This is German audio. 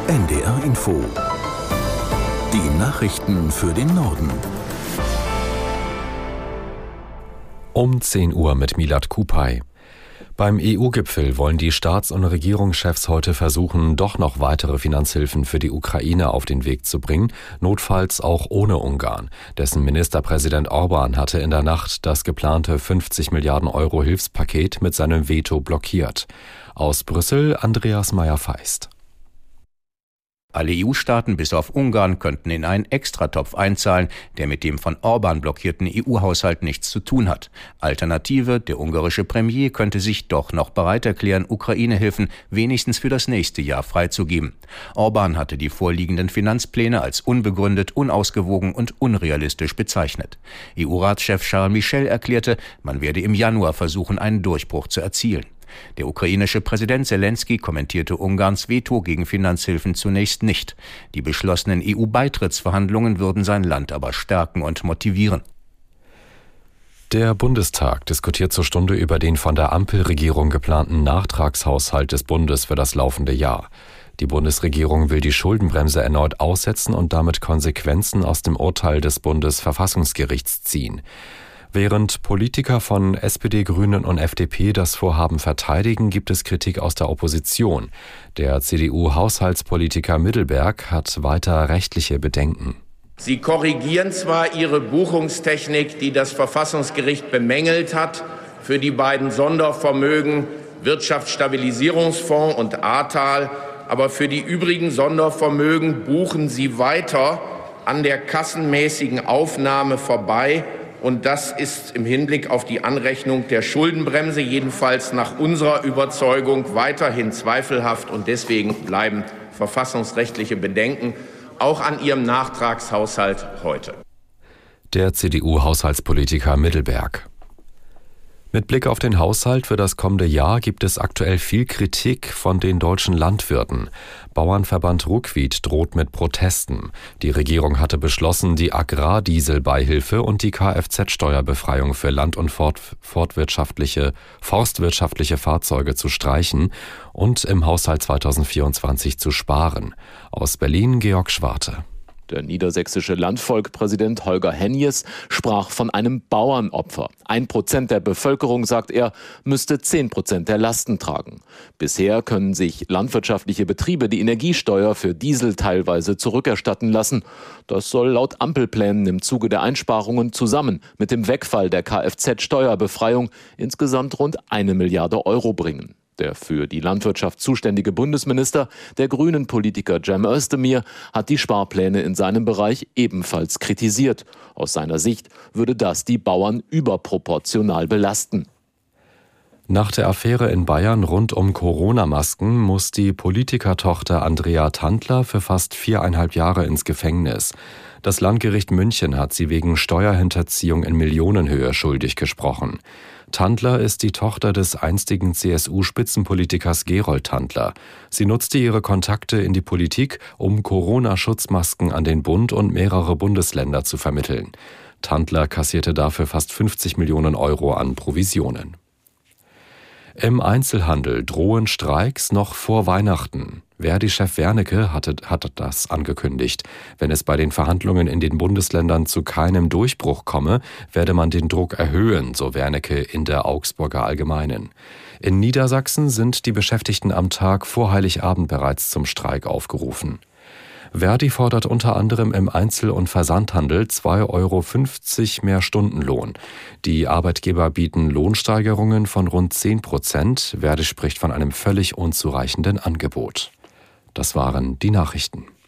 NDR Info. Die Nachrichten für den Norden. Um 10 Uhr mit Milad Kupay. Beim EU-Gipfel wollen die Staats- und Regierungschefs heute versuchen, doch noch weitere Finanzhilfen für die Ukraine auf den Weg zu bringen, notfalls auch ohne Ungarn. Dessen Ministerpräsident Orbán hatte in der Nacht das geplante 50 Milliarden Euro Hilfspaket mit seinem Veto blockiert. Aus Brüssel Andreas Meyer-Feist. Alle EU-Staaten bis auf Ungarn könnten in einen Extratopf einzahlen, der mit dem von Orbán blockierten EU-Haushalt nichts zu tun hat. Alternative, der ungarische Premier könnte sich doch noch bereit erklären, Ukraine-Hilfen wenigstens für das nächste Jahr freizugeben. Orbán hatte die vorliegenden Finanzpläne als unbegründet, unausgewogen und unrealistisch bezeichnet. EU-Ratschef Charles Michel erklärte, man werde im Januar versuchen, einen Durchbruch zu erzielen. Der ukrainische Präsident Selenskyj kommentierte Ungarns Veto gegen Finanzhilfen zunächst nicht. Die beschlossenen EU-Beitrittsverhandlungen würden sein Land aber stärken und motivieren. Der Bundestag diskutiert zur Stunde über den von der Ampelregierung geplanten Nachtragshaushalt des Bundes für das laufende Jahr. Die Bundesregierung will die Schuldenbremse erneut aussetzen und damit Konsequenzen aus dem Urteil des Bundesverfassungsgerichts ziehen. Während Politiker von SPD, Grünen und FDP das Vorhaben verteidigen, gibt es Kritik aus der Opposition. Der CDU-Haushaltspolitiker Middelberg hat weiter rechtliche Bedenken. Sie korrigieren zwar Ihre Buchungstechnik, die das Verfassungsgericht bemängelt hat, für die beiden Sondervermögen Wirtschaftsstabilisierungsfonds und Ahrtal, aber für die übrigen Sondervermögen buchen Sie weiter an der kassenmäßigen Aufnahme vorbei. Und das ist im Hinblick auf die Anrechnung der Schuldenbremse jedenfalls nach unserer Überzeugung weiterhin zweifelhaft. Und deswegen bleiben verfassungsrechtliche Bedenken auch an Ihrem Nachtragshaushalt heute. Der CDU-Haushaltspolitiker Middelberg. Mit Blick auf den Haushalt für das kommende Jahr gibt es aktuell viel Kritik von den deutschen Landwirten. Bauernverband Ruckwied droht mit Protesten. Die Regierung hatte beschlossen, die Agrardieselbeihilfe und die Kfz-Steuerbefreiung für land- und forstwirtschaftliche Fahrzeuge zu streichen und im Haushalt 2024 zu sparen. Aus Berlin Georg Schwarte. Der niedersächsische Landvolkpräsident Holger Henjes sprach von einem Bauernopfer. 1% der Bevölkerung, sagt er, müsste 10% der Lasten tragen. Bisher können sich landwirtschaftliche Betriebe die Energiesteuer für Diesel teilweise zurückerstatten lassen. Das soll laut Ampelplänen im Zuge der Einsparungen zusammen mit dem Wegfall der Kfz-Steuerbefreiung insgesamt rund 1 Milliarde Euro bringen. Der für die Landwirtschaft zuständige Bundesminister, der Grünen-Politiker Cem Özdemir, hat die Sparpläne in seinem Bereich ebenfalls kritisiert. Aus seiner Sicht würde das die Bauern überproportional belasten. Nach der Affäre in Bayern rund um Corona-Masken muss die Politikertochter Andrea Tandler für fast 4,5 Jahre ins Gefängnis. Das Landgericht München hat sie wegen Steuerhinterziehung in Millionenhöhe schuldig gesprochen. Tandler ist die Tochter des einstigen CSU-Spitzenpolitikers Gerold Tandler. Sie nutzte ihre Kontakte in die Politik, um Corona-Schutzmasken an den Bund und mehrere Bundesländer zu vermitteln. Tandler kassierte dafür fast 50 Millionen Euro an Provisionen. Im Einzelhandel drohen Streiks noch vor Weihnachten. Verdi-Chef Wernicke hat das angekündigt. Wenn es bei den Verhandlungen in den Bundesländern zu keinem Durchbruch komme, werde man den Druck erhöhen, so Wernicke in der Augsburger Allgemeinen. In Niedersachsen sind die Beschäftigten am Tag vor Heiligabend bereits zum Streik aufgerufen. Verdi fordert unter anderem im Einzel- und Versandhandel 2,50 € mehr Stundenlohn. Die Arbeitgeber bieten Lohnsteigerungen von rund 10%. Verdi spricht von einem völlig unzureichenden Angebot. Das waren die Nachrichten.